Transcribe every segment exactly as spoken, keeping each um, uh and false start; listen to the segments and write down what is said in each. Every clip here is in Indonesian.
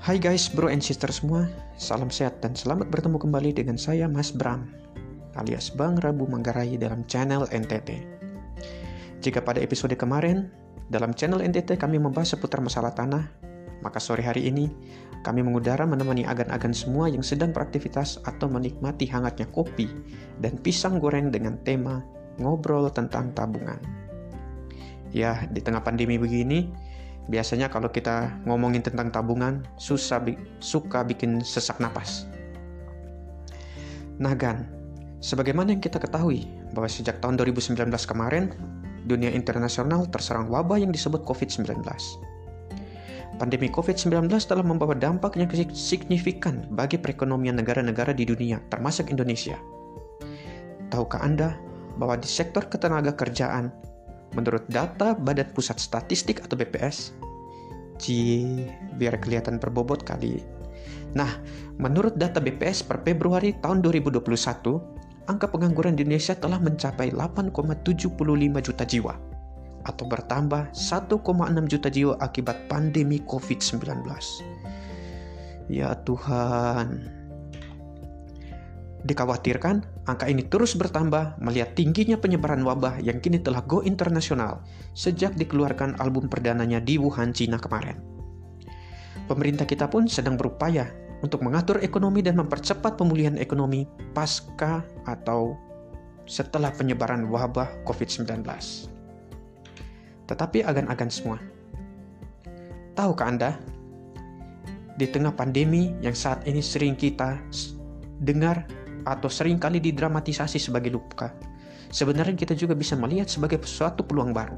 Hai guys, bro and sister semua, salam sehat dan selamat bertemu kembali dengan saya Mas Bram, alias Bang Rabu Manggarai dalam channel N T T. Jika pada episode kemarin, dalam channel N T T kami membahas seputar masalah tanah, maka sore hari ini kami mengudara menemani agan-agan semua yang sedang beraktivitas atau menikmati hangatnya kopi dan pisang goreng dengan tema ngobrol tentang tabungan. Ya, di tengah pandemi begini, biasanya kalau kita ngomongin tentang tabungan, susah suka bikin sesak napas. Nah Gan, sebagaimana yang kita ketahui bahwa sejak tahun dua ribu sembilan belas kemarin, dunia internasional terserang wabah yang disebut covid sembilan belas. Pandemi covid sembilan belas telah membawa dampak yang signifikan bagi perekonomian negara-negara di dunia, termasuk Indonesia. Tahukah Anda bahwa di sektor ketenaga kerjaan, menurut data Badan Pusat Statistik atau B P S, Ci, biar kelihatan berbobot kali. Nah, menurut data B P S per Februari tahun dua ribu dua puluh satu, angka pengangguran di Indonesia telah mencapai delapan koma tujuh lima juta jiwa, atau bertambah satu koma enam juta jiwa akibat pandemi covid sembilan belas. Ya Tuhan. Dikhawatirkan, angka ini terus bertambah melihat tingginya penyebaran wabah yang kini telah go internasional sejak dikeluarkan album perdananya di Wuhan, Cina kemarin. Pemerintah kita pun sedang berupaya untuk mengatur ekonomi dan mempercepat pemulihan ekonomi pasca atau setelah penyebaran wabah covid sembilan belas. Tetapi agan-agan semua, tahukah Anda, di tengah pandemi yang saat ini sering kita dengar atau sering kali didramatisasi sebagai luka, sebenarnya kita juga bisa melihat sebagai suatu peluang baru.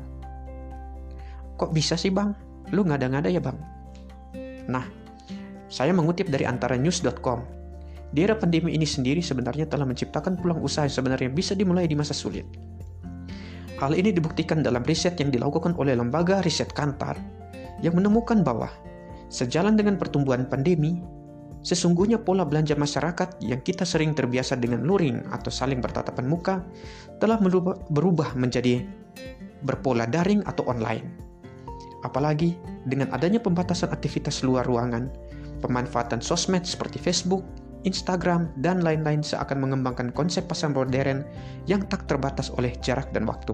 Kok bisa sih bang? Lu ngada-ngada ya bang? Nah, saya mengutip dari antara news dot com. Di era pandemi ini sendiri sebenarnya telah menciptakan peluang usaha yang sebenarnya bisa dimulai di masa sulit. Hal ini dibuktikan dalam riset yang dilakukan oleh lembaga riset Kantar yang menemukan bahwa sejalan dengan pertumbuhan pandemi, sesungguhnya pola belanja masyarakat yang kita sering terbiasa dengan luring atau saling bertatapan muka telah berubah menjadi berpola daring atau online. Apalagi dengan adanya pembatasan aktivitas luar ruangan, pemanfaatan sosmed seperti Facebook, Instagram, dan lain-lain seakan mengembangkan konsep pasar modern yang tak terbatas oleh jarak dan waktu.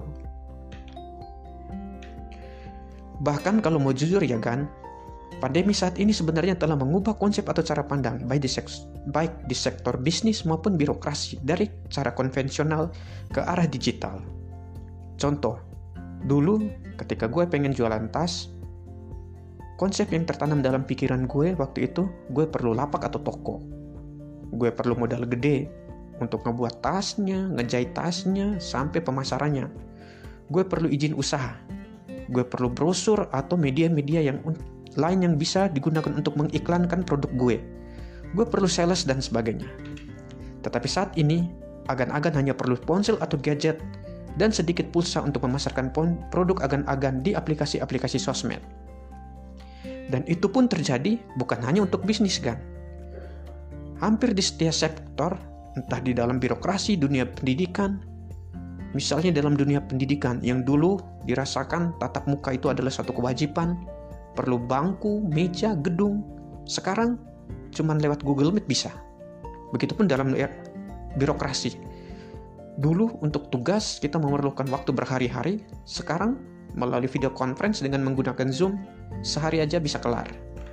Bahkan kalau mau jujur ya kan, pandemi saat ini sebenarnya telah mengubah konsep atau cara pandang baik di, seks, baik di sektor bisnis maupun birokrasi dari cara konvensional ke arah digital. Contoh, dulu ketika gue pengen jualan tas, konsep yang tertanam dalam pikiran gue waktu itu, gue perlu lapak atau toko. Gue perlu modal gede untuk ngebuat tasnya, ngejahit tasnya, sampai pemasarannya. Gue perlu izin usaha. Gue perlu brosur atau media-media yang lain yang bisa digunakan untuk mengiklankan produk gue. Gue perlu sales dan sebagainya. Tetapi saat ini, agan-agan hanya perlu ponsel atau gadget dan sedikit pulsa untuk memasarkan produk agan-agan di aplikasi-aplikasi sosmed. Dan itu pun terjadi bukan hanya untuk bisnis kan. Hampir di setiap sektor, entah di dalam birokrasi, dunia pendidikan, misalnya dalam dunia pendidikan yang dulu dirasakan tatap muka itu adalah suatu kewajiban, perlu bangku, meja, gedung. Sekarang cuman lewat Google Meet bisa. Begitupun dalam birokrasi. Dulu untuk tugas kita memerlukan waktu berhari-hari. Sekarang melalui video conference dengan menggunakan Zoom, sehari aja bisa kelar.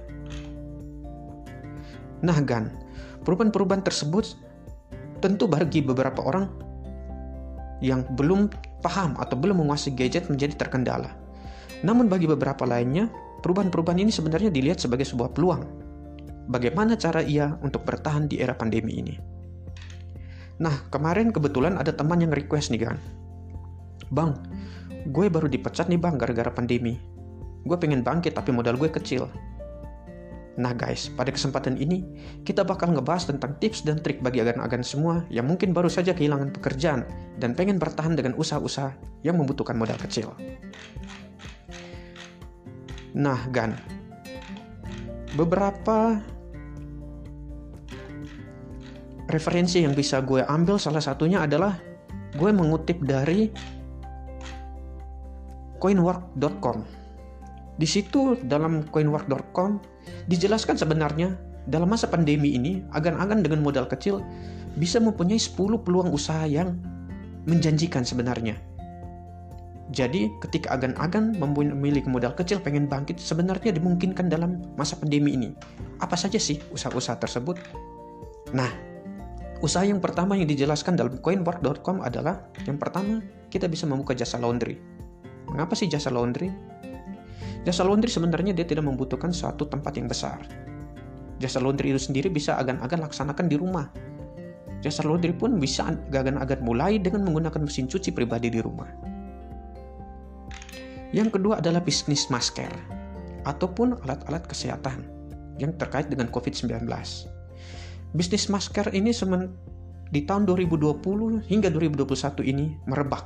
Nah Gan, perubahan-perubahan tersebut tentu bagi beberapa orang yang belum paham atau belum menguasai gadget menjadi terkendala. Namun bagi beberapa lainnya, perubahan-perubahan ini sebenarnya dilihat sebagai sebuah peluang. Bagaimana cara ia untuk bertahan di era pandemi ini? Nah, kemarin kebetulan ada teman yang request nih kan. Bang, gue baru dipecat nih bang gara-gara pandemi. Gue pengen bangkit tapi modal gue kecil. Nah guys, pada kesempatan ini kita bakal ngebahas tentang tips dan trik bagi agan-agan semua yang mungkin baru saja kehilangan pekerjaan dan pengen bertahan dengan usaha-usaha yang membutuhkan modal kecil. Nah Gan, beberapa referensi yang bisa gue ambil salah satunya adalah gue mengutip dari coinwork dot com. Di situ dalam coinwork dot com dijelaskan sebenarnya dalam masa pandemi ini agan-agan dengan modal kecil bisa mempunyai sepuluh peluang usaha yang menjanjikan sebenarnya. Jadi ketika agan-agan memiliki modal kecil pengen bangkit, sebenarnya dimungkinkan dalam masa pandemi ini. Apa saja sih usaha-usaha tersebut? Nah, usaha yang pertama yang dijelaskan dalam coinwork dot com adalah yang pertama, kita bisa membuka jasa laundry. Mengapa sih jasa laundry? Jasa laundry sebenarnya dia tidak membutuhkan suatu tempat yang besar. Jasa laundry itu sendiri bisa agan-agan laksanakan di rumah. Jasa laundry pun bisa agan-agan mulai dengan menggunakan mesin cuci pribadi di rumah. Yang kedua adalah bisnis masker ataupun alat-alat kesehatan yang terkait dengan covid sembilan belas. Bisnis masker ini semen, di tahun dua ribu dua puluh hingga dua ribu dua puluh satu ini merebak.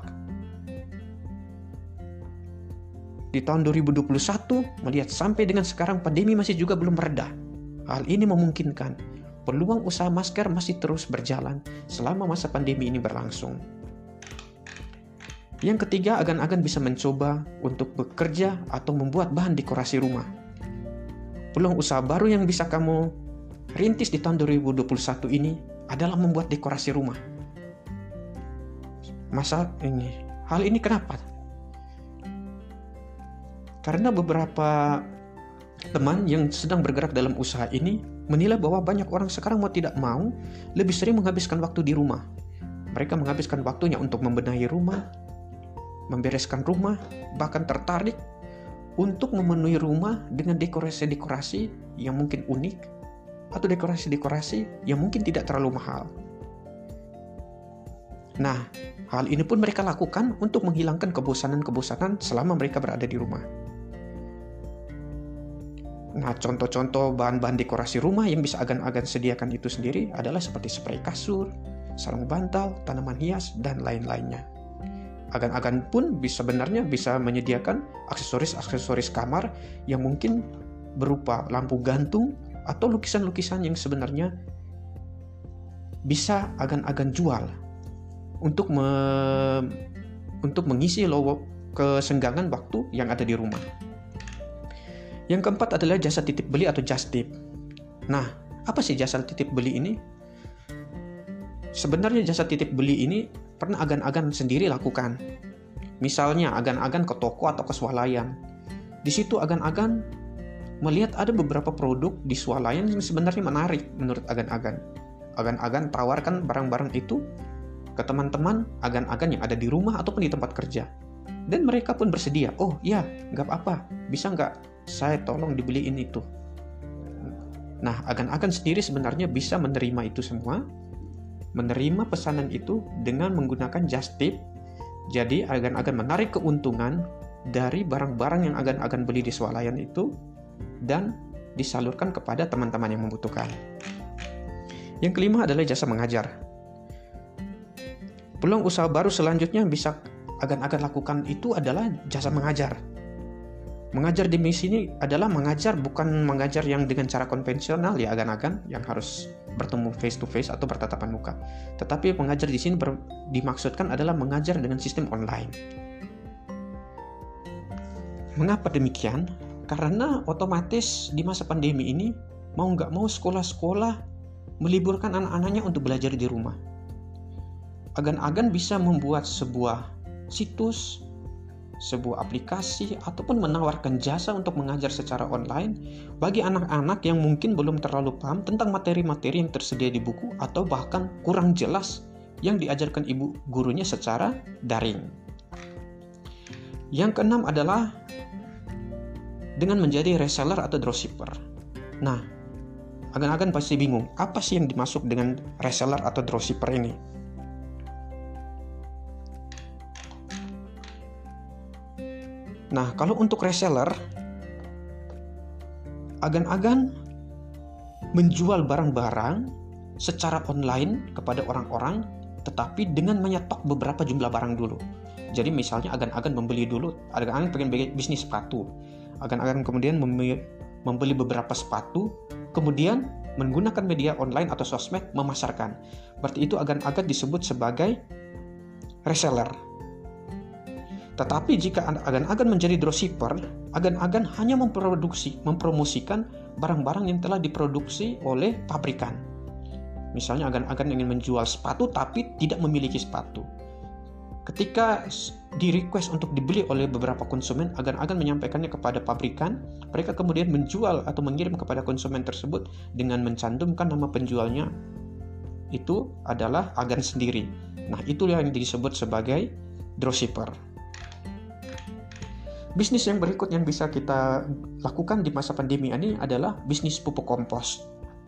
Di tahun dua ribu dua puluh satu melihat sampai dengan sekarang pandemi masih juga belum mereda. Hal ini memungkinkan peluang usaha masker masih terus berjalan selama masa pandemi ini berlangsung. Yang ketiga, agan-agan bisa mencoba untuk bekerja atau membuat bahan dekorasi rumah. Peluang usaha baru yang bisa kamu rintis di tahun dua ribu dua puluh satu ini adalah membuat dekorasi rumah. Masa ini, hal ini kenapa? Karena beberapa teman yang sedang bergerak dalam usaha ini menilai bahwa banyak orang sekarang mau tidak mau lebih sering menghabiskan waktu di rumah. Mereka menghabiskan waktunya untuk membenahi rumah, membereskan rumah, bahkan tertarik untuk memenuhi rumah dengan dekorasi-dekorasi yang mungkin unik atau dekorasi-dekorasi yang mungkin tidak terlalu mahal. Nah, hal ini pun mereka lakukan untuk menghilangkan kebosanan-kebosanan selama mereka berada di rumah. Nah, contoh-contoh bahan-bahan dekorasi rumah yang bisa agan-agan sediakan itu sendiri adalah seperti spray kasur, sarung bantal, tanaman hias, dan lain-lainnya. Agan-agan pun bisa sebenarnya bisa menyediakan aksesoris-aksesoris kamar yang mungkin berupa lampu gantung atau lukisan-lukisan yang sebenarnya bisa agan-agan jual untuk me, untuk mengisi lowo kesenggangan waktu yang ada di rumah. Yang keempat adalah jasa titip beli atau just tip. Nah, apa sih jasa titip beli ini? Sebenarnya jasa titip beli ini pernah agan-agan sendiri lakukan. Misalnya agan-agan ke toko atau ke swalayan. Di situ agan-agan melihat ada beberapa produk di swalayan yang sebenarnya menarik menurut agan-agan. Agan-agan tawarkan barang-barang itu ke teman-teman agan-agan yang ada di rumah ataupun di tempat kerja. Dan mereka pun bersedia, oh iya, nggak apa-apa, bisa nggak saya tolong dibeliin itu. Nah, agan-agan sendiri sebenarnya bisa menerima itu semua, menerima pesanan itu dengan menggunakan just tip. Jadi agan-agan menarik keuntungan dari barang-barang yang agan-agan beli di swalayan itu dan disalurkan kepada teman-teman yang membutuhkan. Yang kelima adalah jasa mengajar. Peluang usaha baru selanjutnya bisa agan-agan lakukan itu adalah jasa mengajar. Mengajar di sini adalah mengajar bukan mengajar yang dengan cara konvensional ya agan-agan yang harus bertemu face to face atau bertatapan muka. Tetapi mengajar di sini ber, dimaksudkan adalah mengajar dengan sistem online. Mengapa demikian? Karena otomatis di masa pandemi ini mau nggak mau sekolah-sekolah meliburkan anak-anaknya untuk belajar di rumah. Agan-agan bisa membuat sebuah situs, sebuah aplikasi ataupun menawarkan jasa untuk mengajar secara online bagi anak-anak yang mungkin belum terlalu paham tentang materi-materi yang tersedia di buku atau bahkan kurang jelas yang diajarkan ibu gurunya secara daring. Yang keenam adalah dengan menjadi reseller atau dropshipper. Nah, agan-agan pasti bingung, apa sih yang dimaksud dengan reseller atau dropshipper ini? Nah, kalau untuk reseller, agan-agan menjual barang-barang secara online kepada orang-orang, tetapi dengan menyetok beberapa jumlah barang dulu. Jadi misalnya agan-agan membeli dulu, agan-agan pengen bisnis sepatu, agan-agan kemudian membeli beberapa sepatu, kemudian menggunakan media online atau sosmed memasarkan. Berarti itu agan-agan disebut sebagai reseller. Tetapi jika agan-agan menjadi dropshipper, agan-agan hanya memproduksi, mempromosikan barang-barang yang telah diproduksi oleh pabrikan. Misalnya agan-agan ingin menjual sepatu tapi tidak memiliki sepatu. Ketika di request untuk dibeli oleh beberapa konsumen, agan-agan menyampaikannya kepada pabrikan, mereka kemudian menjual atau mengirim kepada konsumen tersebut dengan mencantumkan nama penjualnya. Itu adalah agan sendiri. Nah, itu yang disebut sebagai dropshipper. Bisnis yang berikut yang bisa kita lakukan di masa pandemi ini adalah bisnis pupuk kompos.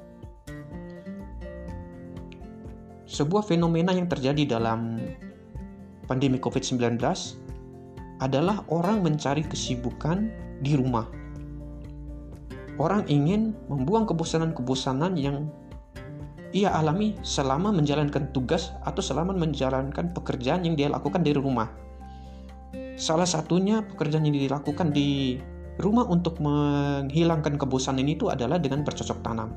Sebuah fenomena yang terjadi dalam pandemi covid sembilan belas adalah orang mencari kesibukan di rumah. Orang ingin membuang kebosanan-kebosanan yang ia alami selama menjalankan tugas atau selama menjalankan pekerjaan yang dia lakukan dari rumah. Salah satunya pekerjaan yang dilakukan di rumah untuk menghilangkan kebosanan itu adalah dengan bercocok tanam.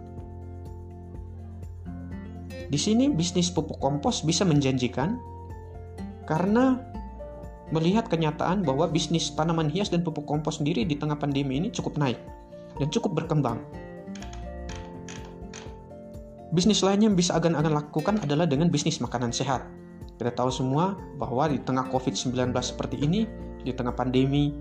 Di sini bisnis pupuk kompos bisa menjanjikan karena melihat kenyataan bahwa bisnis tanaman hias dan pupuk kompos sendiri di tengah pandemi ini cukup naik dan cukup berkembang. Bisnis lainnya yang bisa agan-agan lakukan adalah dengan bisnis makanan sehat. Kita tahu semua bahwa di tengah covid sembilan belas seperti ini, di tengah pandemi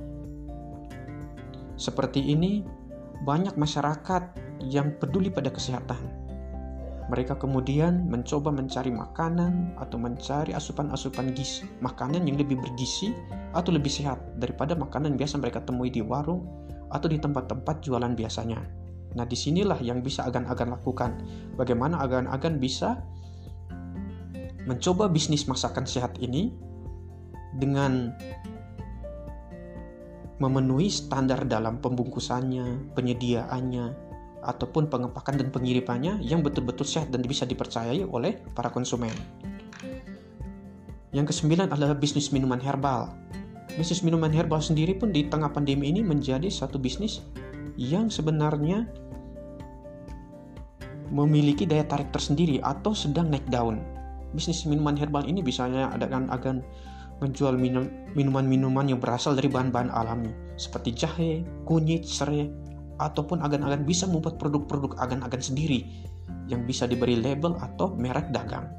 seperti ini, banyak masyarakat yang peduli pada kesehatan. Mereka kemudian mencoba mencari makanan atau mencari asupan-asupan gizi, makanan yang lebih bergizi atau lebih sehat daripada makanan biasa mereka temui di warung atau di tempat-tempat jualan biasanya. Nah, disinilah yang bisa agan-agan lakukan. Bagaimana agan-agan bisa mencoba bisnis masakan sehat ini dengan memenuhi standar dalam pembungkusannya, penyediaannya, ataupun pengepakan dan pengirimannya yang betul-betul sehat dan bisa dipercayai oleh para konsumen. Yang kesembilan adalah bisnis minuman herbal. Bisnis minuman herbal sendiri pun di tengah pandemi ini menjadi satu bisnis yang sebenarnya memiliki daya tarik tersendiri atau sedang naik daun. Bisnis minuman herbal ini biasanya agan-agan menjual minum, minuman-minuman yang berasal dari bahan-bahan alami seperti jahe, kunyit, serai, ataupun agan-agan bisa membuat produk-produk agan-agan sendiri yang bisa diberi label atau merek dagang.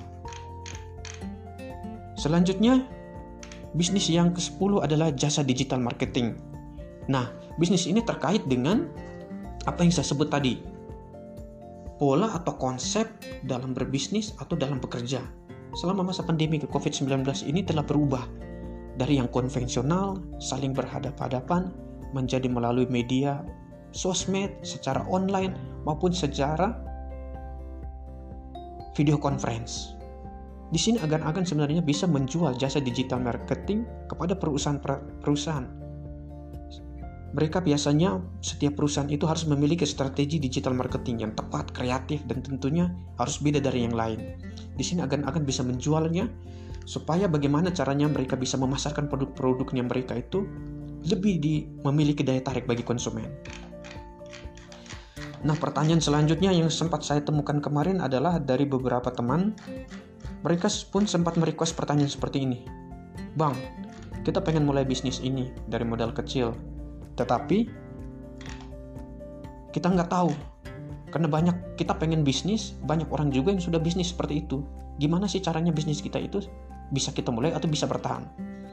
Selanjutnya, bisnis yang kesepuluh adalah jasa digital marketing. Nah, bisnis ini terkait dengan apa yang saya sebut tadi, pola atau konsep dalam berbisnis atau dalam bekerja. Selama masa pandemi covid sembilan belas ini telah berubah dari yang konvensional, saling berhadapan-hadapan, menjadi melalui media sosmed, secara online, maupun secara video conference. Di sini agan-agan sebenarnya bisa menjual jasa digital marketing kepada perusahaan-perusahaan. Mereka biasanya, setiap perusahaan itu harus memiliki strategi digital marketing yang tepat, kreatif, dan tentunya harus beda dari yang lain. Di sini agan-agan bisa menjualnya, supaya bagaimana caranya mereka bisa memasarkan produk-produknya mereka itu lebih di, memiliki daya tarik bagi konsumen. Nah, pertanyaan selanjutnya yang sempat saya temukan kemarin adalah dari beberapa teman. Mereka pun sempat merequest pertanyaan seperti ini. Bang, kita pengen mulai bisnis ini dari modal kecil, tetapi kita nggak tahu, karena banyak kita pengen bisnis, banyak orang juga yang sudah bisnis seperti itu. Gimana sih caranya bisnis kita itu bisa kita mulai atau bisa bertahan?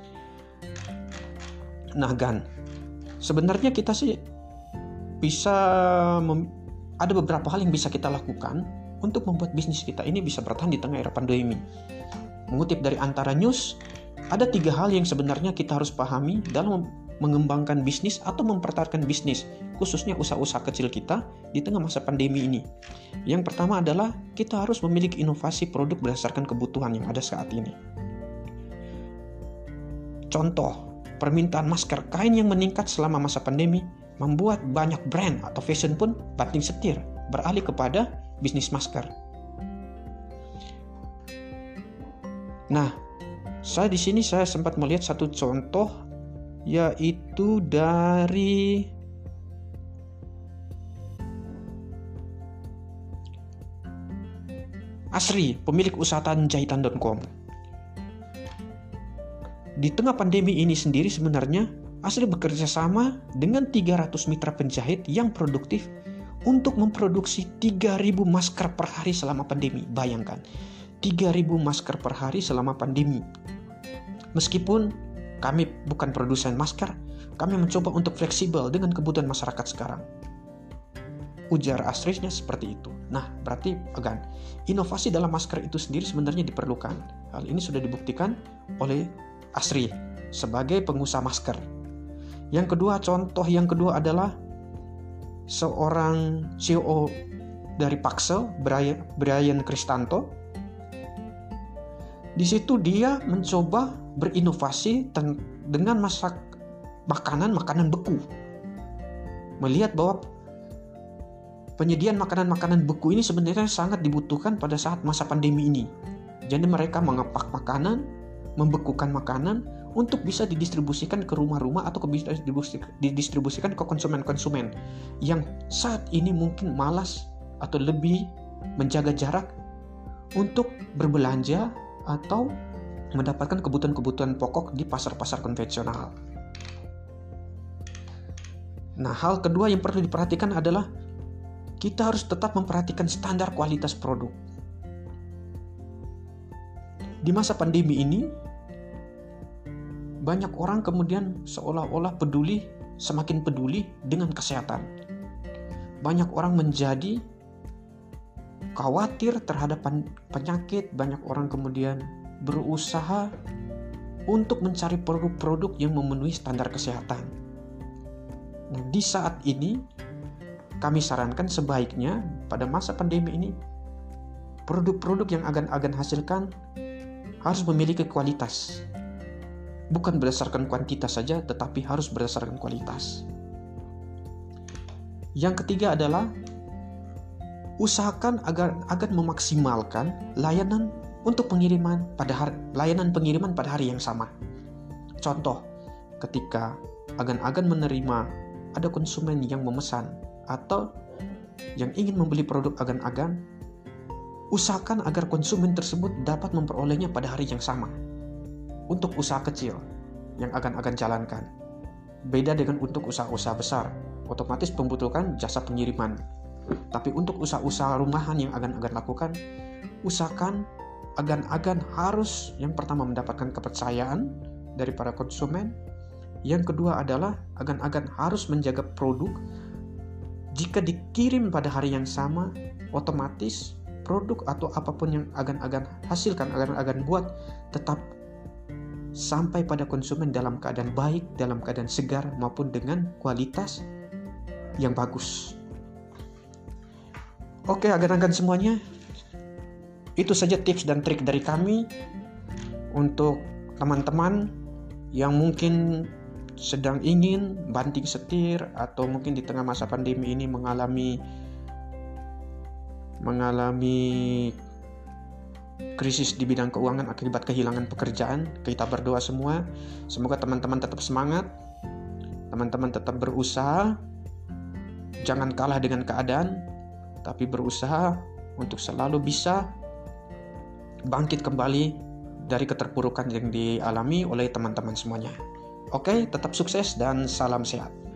Nah, Gan, sebenarnya kita sih bisa mem- ada beberapa hal yang bisa kita lakukan untuk membuat bisnis kita ini bisa bertahan di tengah era pandemi. Mengutip dari Antara News, ada tiga hal yang sebenarnya kita harus pahami dalam mengembangkan bisnis atau mempertahankan bisnis, khususnya usaha-usaha kecil kita di tengah masa pandemi ini. Yang pertama adalah kita harus memiliki inovasi produk berdasarkan kebutuhan yang ada saat ini. Contoh, permintaan masker kain yang meningkat selama masa pandemi membuat banyak brand atau fashion pun banting setir beralih kepada bisnis masker. Nah, saya di sini saya sempat melihat satu contoh, yaitu dari Asri, pemilik usaha jahitan dot com. di tengah pandemi ini sendiri sebenarnya Asri bekerja sama dengan tiga ratus mitra penjahit yang produktif untuk memproduksi tiga ribu masker per hari selama pandemi. Bayangkan, tiga ribu masker per hari selama pandemi. Meskipun kami bukan produsen masker, kami mencoba untuk fleksibel dengan kebutuhan masyarakat sekarang. Ujar Asrinya seperti itu. Nah, berarti again, inovasi dalam masker itu sendiri sebenarnya diperlukan. Hal ini sudah dibuktikan oleh Asri sebagai pengusaha masker. Yang kedua, contoh yang kedua adalah seorang C E O dari Paxel, Brian, Brian Kristanto. Di situ dia mencoba berinovasi ten- dengan masak makanan-makanan beku. Melihat bahwa penyediaan makanan-makanan beku ini sebenarnya sangat dibutuhkan pada saat masa pandemi ini. Jadi mereka mengepak makanan, membekukan makanan untuk bisa didistribusikan ke rumah-rumah atau bisa didistribusikan ke konsumen-konsumen yang saat ini mungkin malas atau lebih menjaga jarak untuk berbelanja atau mendapatkan kebutuhan-kebutuhan pokok di pasar-pasar konvensional. Nah, hal kedua yang perlu diperhatikan adalah kita harus tetap memperhatikan standar kualitas produk. Di masa pandemi ini, banyak orang kemudian seolah-olah peduli, semakin peduli dengan kesehatan. Banyak orang menjadi khawatir terhadap penyakit, banyak orang kemudian berusaha untuk mencari produk-produk yang memenuhi standar kesehatan. Nah, di saat ini, kami sarankan sebaiknya pada masa pandemi ini, produk-produk yang agan-agan hasilkan harus memiliki kualitas. Bukan berdasarkan kuantitas saja, tetapi harus berdasarkan kualitas. Yang ketiga adalah usahakan agar agar memaksimalkan layanan untuk pengiriman pada hari, layanan pengiriman pada hari yang sama. Contoh, ketika agan-agan menerima ada konsumen yang memesan atau yang ingin membeli produk agan-agan, usahakan agar konsumen tersebut dapat memperolehnya pada hari yang sama. Untuk usaha kecil yang akan-akan jalankan. Beda dengan untuk usaha-usaha besar, otomatis membutuhkan jasa pengiriman. Tapi untuk usaha-usaha rumahan yang akan-akan lakukan, usahakan agan-agan harus yang pertama mendapatkan kepercayaan dari para konsumen. Yang kedua adalah agan-agan harus menjaga produk. Jika dikirim pada hari yang sama, otomatis produk atau apapun yang agan-agan hasilkan, agan-agan buat tetap sampai pada konsumen dalam keadaan baik, dalam keadaan segar, maupun dengan kualitas yang bagus. Oke, agan-agan semuanya, itu saja tips dan trik dari kami untuk teman-teman yang mungkin sedang ingin banting setir atau mungkin di tengah masa pandemi ini mengalami mengalami krisis di bidang keuangan akibat kehilangan pekerjaan. Kita berdoa semua, semoga teman-teman tetap semangat, teman-teman tetap berusaha, jangan kalah dengan keadaan, tapi berusaha untuk selalu bisa bangkit kembali dari keterpurukan yang dialami oleh teman-teman semuanya. Oke, tetap sukses dan salam sehat.